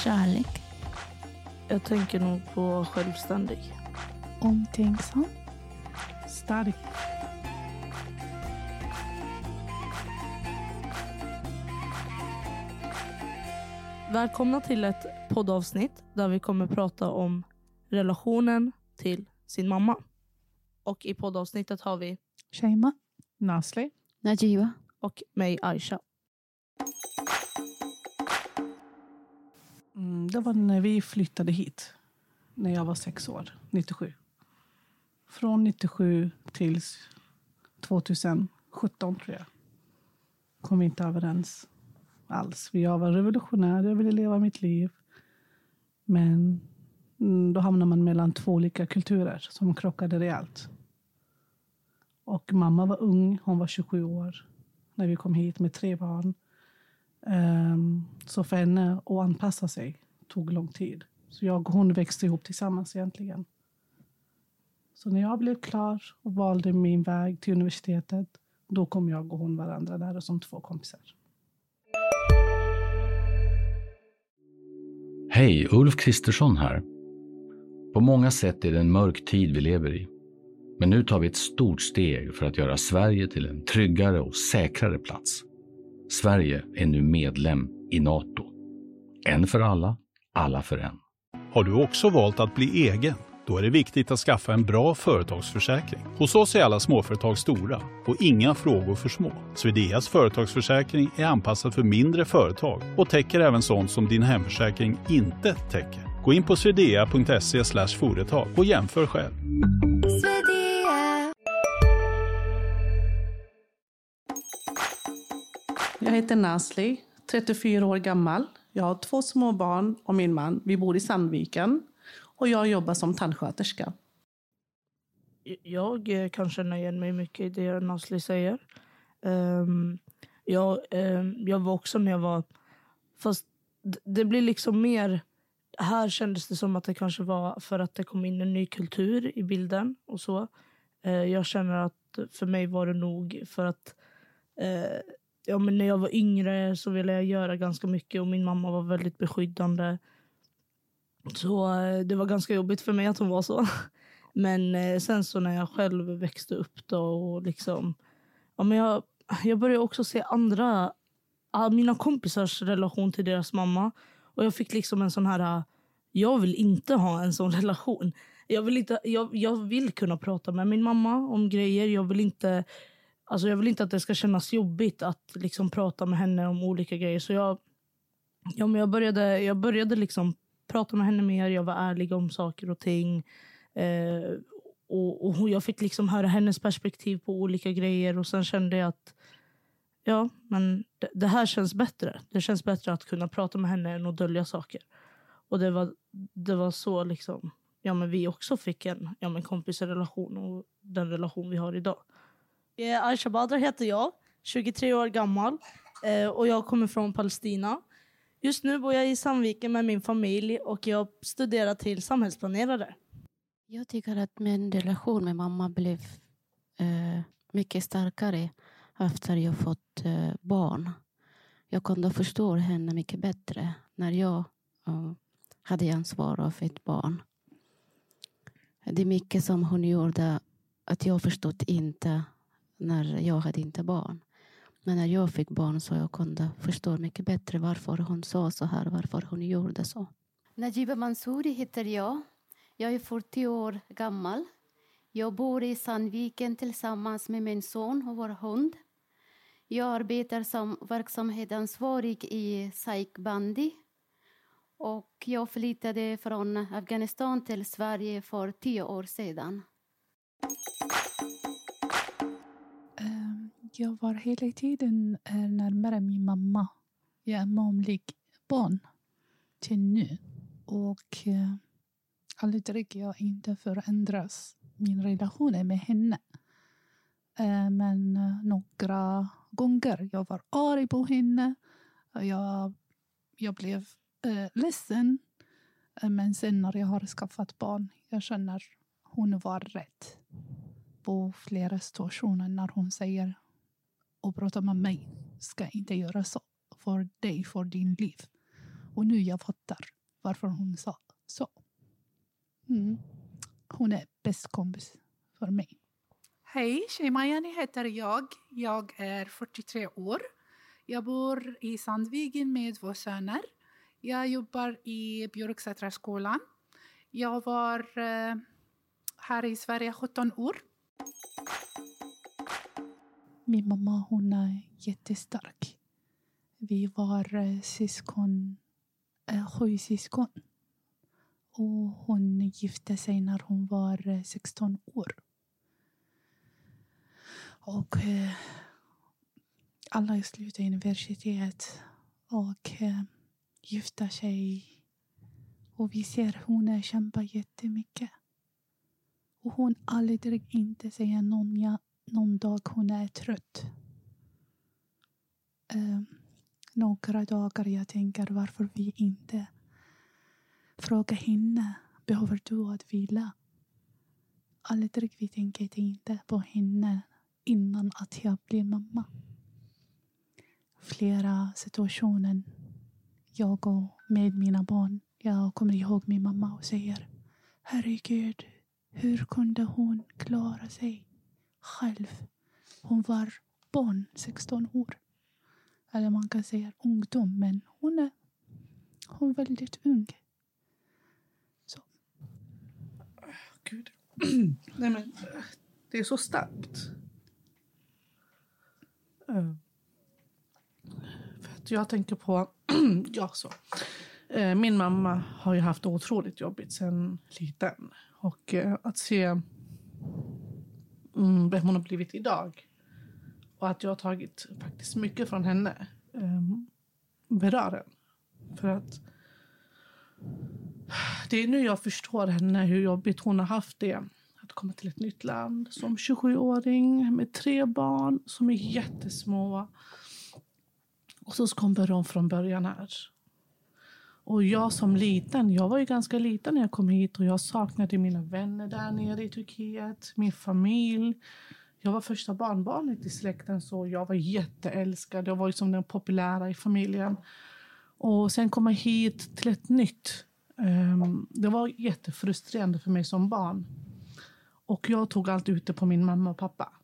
Kärlek. Jag tänker nog på självständig. Omtänksam. Stark. Välkomna till ett poddavsnitt där vi kommer prata om relationen till sin mamma. Och i poddavsnittet har vi Shaima. Nasli. Najiba. och mig, Aisha. Det var när vi flyttade hit. När jag var 6 år. 97. Från 97 till 2017 tror jag. Kom vi inte överens alls. Jag var revolutionär. Jag ville leva mitt liv. Men då hamnar man mellan 2 olika kulturer som krockade rejält. Och mamma var ung. Hon var 27 år. När vi kom hit med 3 barn. Så för henne att anpassa sig tog lång tid. Så jag och hon växte ihop tillsammans egentligen. Så när jag blev klar och valde min väg till universitetet, då kom jag och hon varandra där som 2 kompisar. Hej, Ulf Kristersson här. På många sätt är det en mörk tid vi lever i. Men nu tar vi ett stort steg för att göra Sverige till en tryggare och säkrare plats. Sverige är nu medlem i NATO. En för alla, alla för en. Har du också valt att bli egen? Då är det viktigt att skaffa en bra företagsförsäkring. Hos oss är alla småföretag stora och inga frågor för små. Swedeas företagsförsäkring är anpassad för mindre företag och täcker även sånt som din hemförsäkring inte täcker. Gå in på swedea.se/företag och jämför själv. Jag heter Nasli, 34 år gammal. Jag har 2 små barn och min man. Vi bor i Sandviken och jag jobbar som tandsköterska. Jag kan känna igen mig mycket i det Nasli säger. Jag var också när jag var... Fast det blir liksom mer... Här kändes det som att det kanske var för att det kom in en ny kultur i bilden och så. Jag känner att för mig var det nog för att... men när jag var yngre så ville jag göra ganska mycket och min mamma var väldigt beskyddande. Så det var ganska jobbigt för mig att hon var så. Men sen så när jag själv växte upp då och liksom... Jag började också se mina kompisars relation till deras mamma. Och jag fick liksom en sån här... Jag vill inte ha en sån relation. Jag vill kunna prata med min mamma om grejer. Jag vill inte att det ska kännas jobbigt att liksom prata med henne om olika grejer. Så jag började liksom prata med henne mer. Jag var ärlig om saker och ting. Och jag fick liksom höra hennes perspektiv på olika grejer. Och sen kände jag att men det här känns bättre. Det känns bättre att kunna prata med henne än att dölja saker. Och det var så liksom... men vi också fick en kompisrelation och den relation vi har idag. Aisha Badr heter jag, 23 år gammal och jag kommer från Palestina. Just nu bor jag i Sandviken med min familj och jag studerar till samhällsplanerare. Jag tycker att min relation med mamma blev mycket starkare efter jag fått barn. Jag kunde förstå henne mycket bättre när jag hade ansvar av ett barn. Det är mycket som hon gjorde att jag förstod inte när jag hade inte barn. Men när jag fick barn så jag kunde förstå mycket bättre varför hon sa så här, varför hon gjorde så. Najiba Mansouri heter jag. Jag är 40 år gammal. Jag bor i Sandviken tillsammans med min son och vår hund. Jag arbetar som verksamhetsansvarig i SAIK Bandi. Och jag flyttade från Afghanistan till Sverige för 10 år sedan. Jag var hela tiden närmare min mamma. Jag är mamlig barn till nu. Och aldrig jag inte förändras min relation med henne. Men några gånger jag var arg på henne. Jag blev ledsen. Men sen när jag har skaffat barn, jag känner hon var rätt. På flera situationer när hon säger och pratar med mig, ska inte göra så för dig, för din liv. Och nu jag fattar varför hon sa så. Hon är bäst kompis för mig. Hej, Shemajani heter jag. Jag är 43 år. Jag bor i Sandviken med 2 söner. Jag jobbar i Björksätraskolan. Jag var här i Sverige 17 år. Min mamma, hon är jättestark. Vi var syskon, 7 syskon. Och hon gifte sig när hon var 16 år. Och alla slutade universitet och gifta sig. Och vi ser hon kämpar jättemycket. Och hon aldrig inte säger någon dag hon är trött. Några dagar jag tänker varför vi inte frågar henne. Behöver du att vila? Aldrig vi tänker inte på henne innan att jag blir mamma. Flera situationer jag och med mina barn. Jag kommer ihåg min mamma och säger: herregud, hur kunde hon klara sig själv? Hon var barn, 16 år. Eller man kan säga ungdom, men hon är väldigt ung. Så. Gud. Nej, men det är så starkt. För att jag tänker på min mamma har ju haft otroligt jobbigt sedan liten. Och att se vem hon har blivit idag. Och att jag har tagit faktiskt mycket från henne. Berör en. För att det är nu jag förstår henne hur jobbigt hon har haft det. Att komma till ett nytt land som 27-åring med 3 barn som är jättesmå. Och så kommer de från början här. Och jag som liten, jag var ju ganska liten när jag kom hit. Och jag saknade mina vänner där nere i Turkiet. Min familj. Jag var första barnbarnet i släkten, så jag var jätteälskad. Jag var ju som den populära i familjen. Och sen komma hit till ett nytt. Det var jättefrustrerande för mig som barn. Och jag tog allt ute på min mamma och pappa.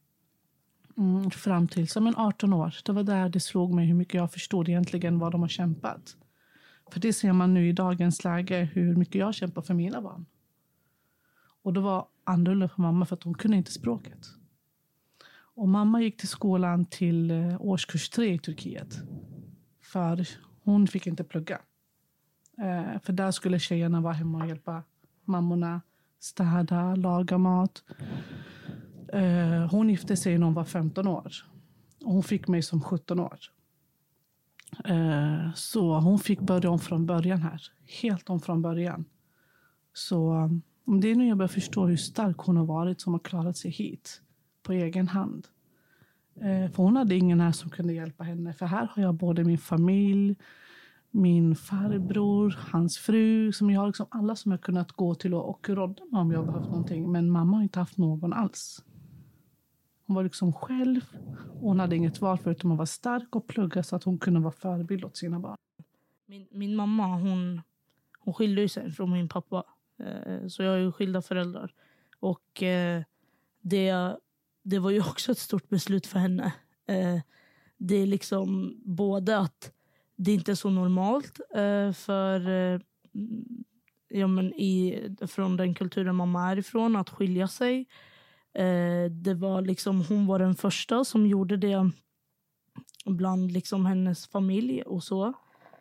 Fram till som 18 år. Det var där det slog mig hur mycket jag förstod egentligen vad de har kämpat. För det ser man nu i dagens läge hur mycket jag kämpar för mina barn. Och det var annorlunda för mamma för att hon kunde inte språket. Och mamma gick till skolan till årskurs 3 i Turkiet. För hon fick inte plugga. För där skulle tjejerna vara hemma och hjälpa mammorna städa, laga mat. Hon gifte sig när hon var 15 år. Och hon fick mig som 17 år. Så hon fick börja om från början här. Helt om från början. Så det är nu jag börjar förstå hur stark hon har varit som har klarat sig hit på egen hand. För hon hade ingen här som kunde hjälpa henne. För här har jag både min familj, min farbror, hans fru. Som jag har liksom alla som jag kunnat gå till och råda mig om jag behövt någonting. Men mamma har inte haft någon alls. Hon var liksom själv. Och hon hade inget val förutom att vara stark och plugga så att hon kunde vara förebild åt sina barn. Min mamma, hon skilde sig från min pappa. Så jag har ju skilda föräldrar. Och det var ju också ett stort beslut för henne. Det är liksom både att det inte är så normalt från den kulturen mamma är ifrån att skilja sig. Det var liksom, hon var den första som gjorde det bland liksom hennes familj och så.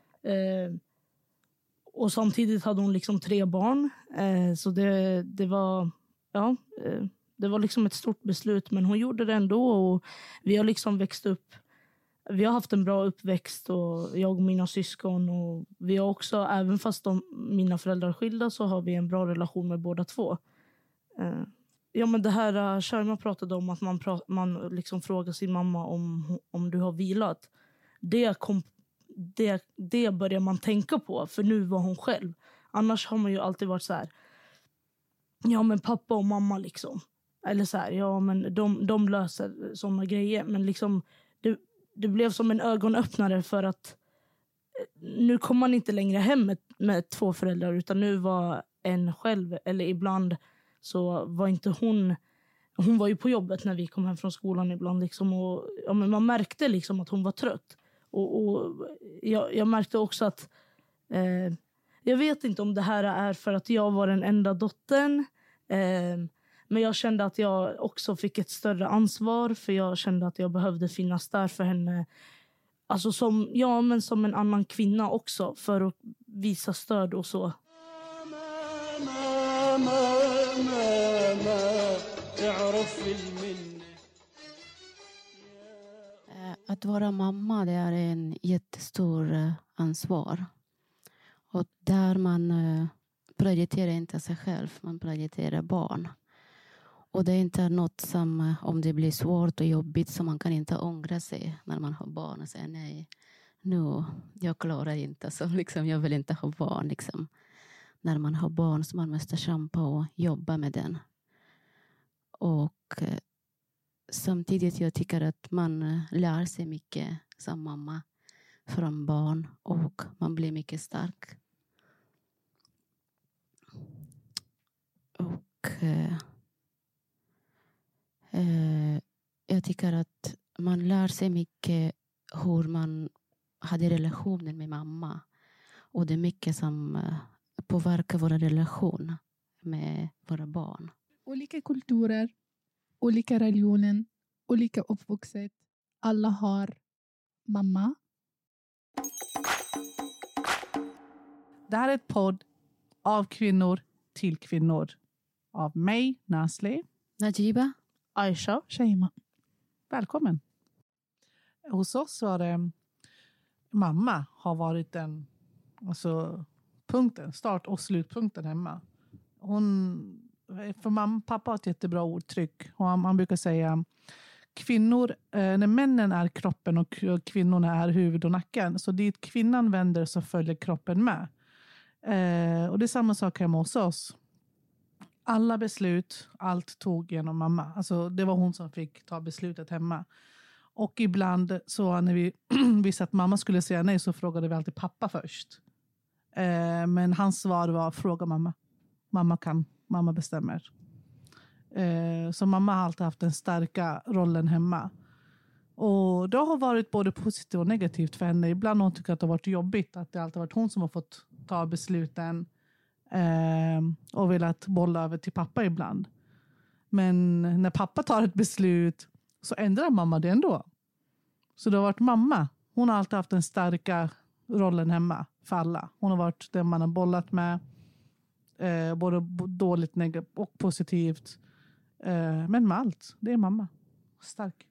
Och samtidigt hade hon liksom 3 barn. Så det var det var liksom ett stort beslut, men hon gjorde det ändå och vi har liksom växt upp. Vi har haft en bra uppväxt och jag och mina syskon och vi har också, även fast mina föräldrar är skilda så har vi en bra relation med båda 2. Men det här Sharma pratade om att man liksom frågar sin mamma om du har vilat. Det börjar man tänka på, för nu var hon själv. Annars har man ju alltid varit så här: ja men pappa och mamma liksom. Eller så här, ja men de löser såna grejer. Men liksom det blev som en ögonöppnare för att nu kom man inte längre hem med 2 föräldrar, utan nu var en själv. Eller ibland så var inte hon var ju på jobbet när vi kom hem från skolan ibland. Liksom, och, ja, men man märkte liksom att hon var trött. Och jag märkte också att jag vet inte om det här är för att jag var den enda dottern. Men jag kände att jag också fick ett större ansvar. För jag kände att jag behövde finnas där för henne. Alltså som en annan kvinna också. För att visa stöd och så. Att vara mamma, det är en jättestor ansvar. Och där man prioriterar inte sig själv, man prioriterar barn. Och det är inte något som, om det blir svårt och jobbigt, så man kan inte ångra sig när man har barn och säga nej, nu, jag klarar inte, så liksom, jag vill inte ha barn. Liksom. När man har barn så man måste kämpa och jobba med den. Och samtidigt jag tycker att man lär sig mycket som mamma från barn och man blir mycket stark. Och jag tycker att man lär sig mycket hur man hade relationen med mamma. Och det är mycket som påverkar våra relation med våra barn. Olika kulturer, olika religioner, olika uppvuxet. Alla har mamma. Det här är ett podd av kvinnor till kvinnor. Av mig, Nasli. Najiba. Aisha. Shaima. Välkommen. Hos oss var det mamma har varit den punkten, start- och slutpunkten hemma. För mamma, pappa har ett jättebra ordtryck. Och han brukar säga kvinnor, när männen är kroppen och kvinnorna är huvud och nacken. Så dit kvinnan vänder så följer kroppen med. Och det är samma sak hemma hos oss. Alla beslut, allt tog genom mamma. Alltså det var hon som fick ta beslutet hemma. Och ibland så när vi visste att mamma skulle säga nej så frågade vi alltid pappa först. Men hans svar var fråga mamma. Mamma kan, mamma bestämmer. Så mamma har alltid haft den starka rollen hemma. Och det har varit både positivt och negativt för henne. Ibland har hon tyckt att det har varit jobbigt. Att det alltid varit hon som har fått ta besluten. Och velat bolla över till pappa ibland. Men när pappa tar ett beslut så ändrar mamma det ändå. Så det har varit mamma. Hon har alltid haft den starka rollen hemma för alla. Hon har varit den man har bollat med. Både dåligt och positivt. Men med allt. Det är mamma. Stark.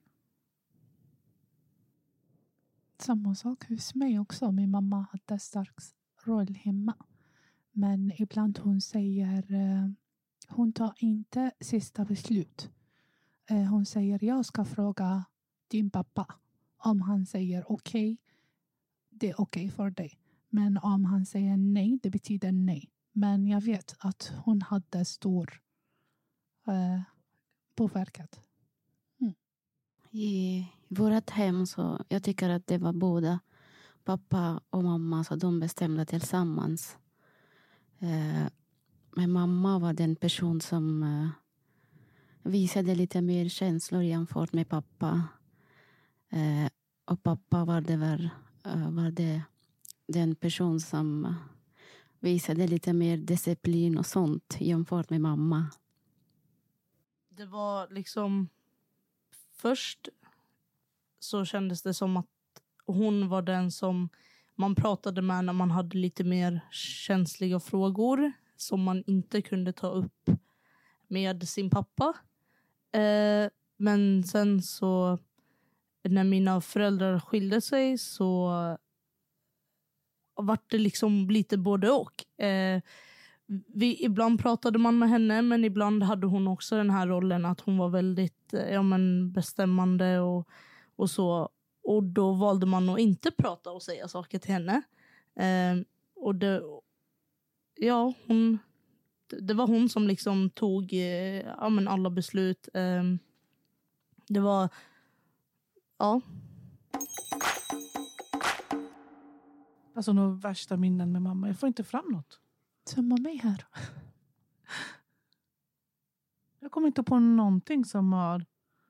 Samma sak hos mig också. Min mamma hade stark roll hemma. Men ibland hon säger hon tar inte sista beslut. Hon säger jag ska fråga din pappa. Om han säger okej, det är okej för dig. Men om han säger nej, det betyder nej. Men jag vet att hon hade stor påverkat. I vårt hem så jag tycker att det var båda pappa och mamma så de bestämde tillsammans. Men mamma var den person som visade lite mer känslor jämfört med pappa. Och pappa var det den person som visade lite mer disciplin och sånt jämfört med mamma. Det var liksom först så kändes det som att hon var den som man pratade med när man hade lite mer känsliga frågor som man inte kunde ta upp med sin pappa. Men sen så när mina föräldrar skilde sig så var det liksom lite både och. Ibland pratade man med henne men ibland hade hon också den här rollen att hon var väldigt bestämmande och så. Och då valde man att inte prata och säga saker till henne. Och det var hon som liksom tog alla beslut. Det var Alltså några värsta minnen med mamma. Jag får inte fram något. Samma mig här. Jag kommer inte på någonting som har...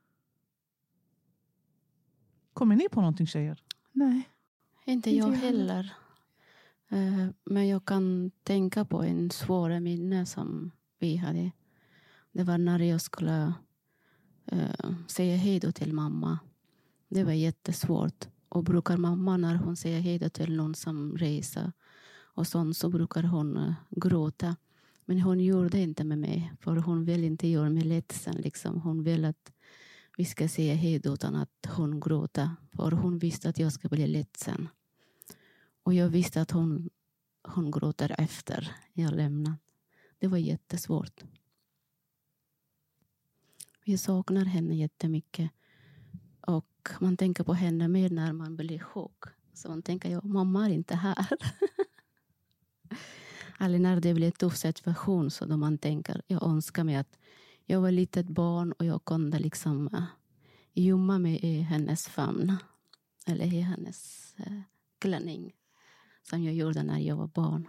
Kommer ni på någonting, tjejer? Nej. Inte jag heller. Men jag kan tänka på en svår minne som vi hade. Det var när jag skulle säga hej då till mamma. Det var jättesvårt. Och brukar mamma när hon säger hej då till någon som reser och sånt, så brukar hon gråta. Men hon gjorde inte med mig. För hon vill inte göra mig ledsen. Liksom. Hon vill att vi ska säga hej då utan att hon gråter. För hon visste att jag ska bli ledsen. Och jag visste att hon gråter efter jag lämnade. Det var jättesvårt. Jag saknar henne jättemycket. Och man tänker på henne mer när man blir sjuk. Så man tänker, mamma är inte här. Eller när det blir en tuff situation, så då man tänker, jag önskar mig att jag var litet barn och jag kunde liksom gömma mig i hennes famn. Eller i hennes klänning. Som jag gjorde när jag var barn.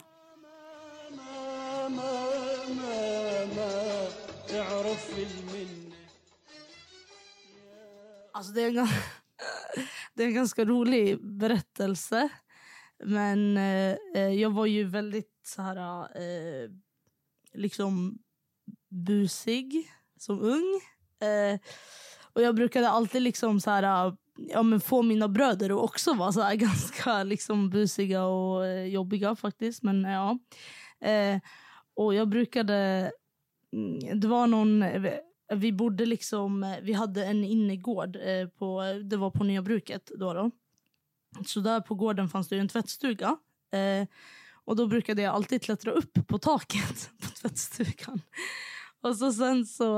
Alltså det är en ganska rolig berättelse. Men jag var ju väldigt så här liksom busig som ung. Och jag brukade alltid liksom så här få mina bröder och också vara så här ganska liksom busiga och jobbiga faktiskt, men ja. Och jag brukade, det var någon, vi bodde liksom, vi hade en innergård det var på Nya Bruket då. Så där på gården fanns det ju en tvättstuga. Och då brukade jag alltid klättra upp på taket på tvättstugan. Och så sen så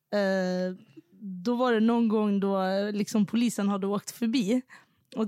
då var det någon gång då liksom polisen hade åkt förbi. Och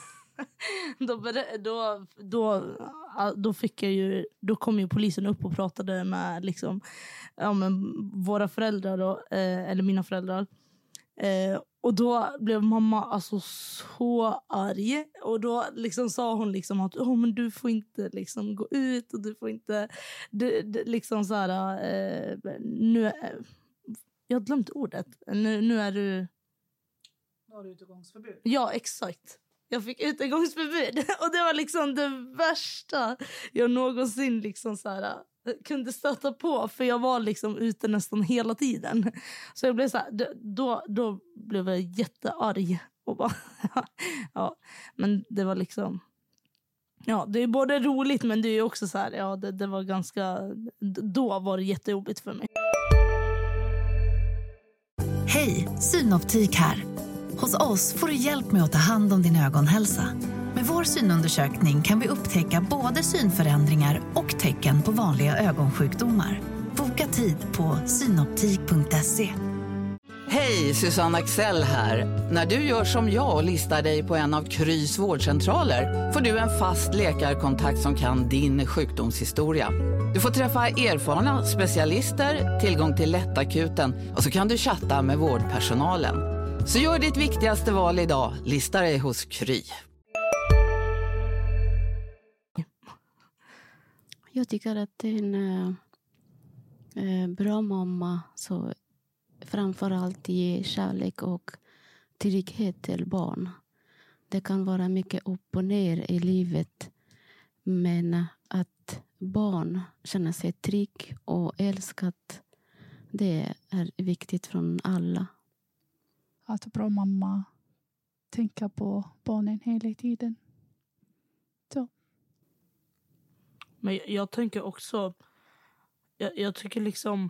då fick jag ju, då kom ju polisen upp och pratade med liksom, med våra föräldrar då, eller mina föräldrar. Och då blev mamma alltså så arg. Och då liksom sa hon liksom att men du får inte liksom gå ut. Och du får inte liksom så här nu jag har glömt ordet. Nu är du... Nu har du utegångsförbud. Ja, exakt. Jag fick utegångsförbud. Och det var liksom det värsta jag någonsin liksom så här kunde stöta på. För jag var liksom ute nästan hela tiden. Så jag blev så här, då blev jag jättearg. Och bara, ja. Men det var liksom... Ja, det är både roligt, men det är också så här... Ja, det var ganska... Då var det jättejobbigt för mig. Hej, Synoptik här. Hos oss får du hjälp med att ta hand om din ögonhälsa. Med vår synundersökning kan vi upptäcka både synförändringar och tecken på vanliga ögonsjukdomar. Boka tid på synoptik.se. Hej, Susanne Axel här. När du gör som jag och listar dig på en av Krys vårdcentraler får du en fast läkarkontakt som kan din sjukdomshistoria. Du får träffa erfarna specialister, tillgång till lättakuten och så kan du chatta med vårdpersonalen. Så gör ditt viktigaste val idag, lista dig hos Kry. Jag tycker att det är en bra mamma, så framförallt ge kärlek och trygghet till barn. Det kan vara mycket upp och ner i livet, men att barn känner sig trygg och älskat, det är viktigt från alla. Att bra mamma tänka på barnen hela tiden. Så. Men jag tänker också, jag tycker liksom,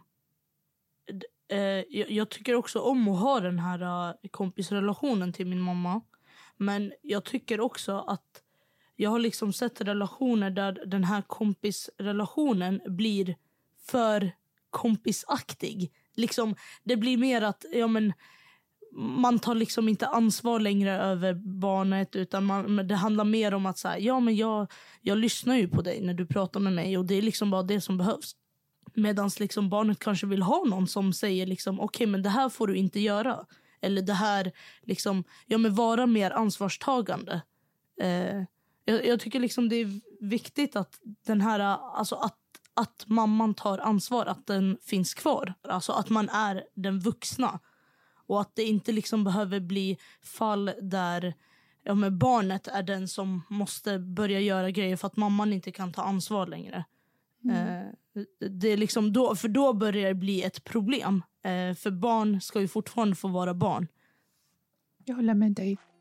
jag tycker också om att ha den här kompisrelationen till min mamma. Men jag tycker också att jag har liksom sett relationer där den här kompisrelationen blir för kompisaktig. Liksom, det blir mer att man tar liksom inte ansvar längre över barnet, utan det handlar mer om att säga, men jag lyssnar ju på dig när du pratar med mig och det är liksom bara det som behövs. Medan liksom barnet kanske vill ha någon som säger liksom, okej, men det här får du inte göra. Eller det här liksom, men vara mer ansvarstagande. Jag tycker liksom det är viktigt att den här, alltså att mamman tar ansvar, att den finns kvar. Alltså att man är den vuxna. Och att det inte liksom behöver bli fall där men barnet är den som måste börja göra grejer för att mamman inte kan ta ansvar längre. Det är liksom då börjar det bli ett problem. För barn ska ju fortfarande få vara barn. Jag håller med dig.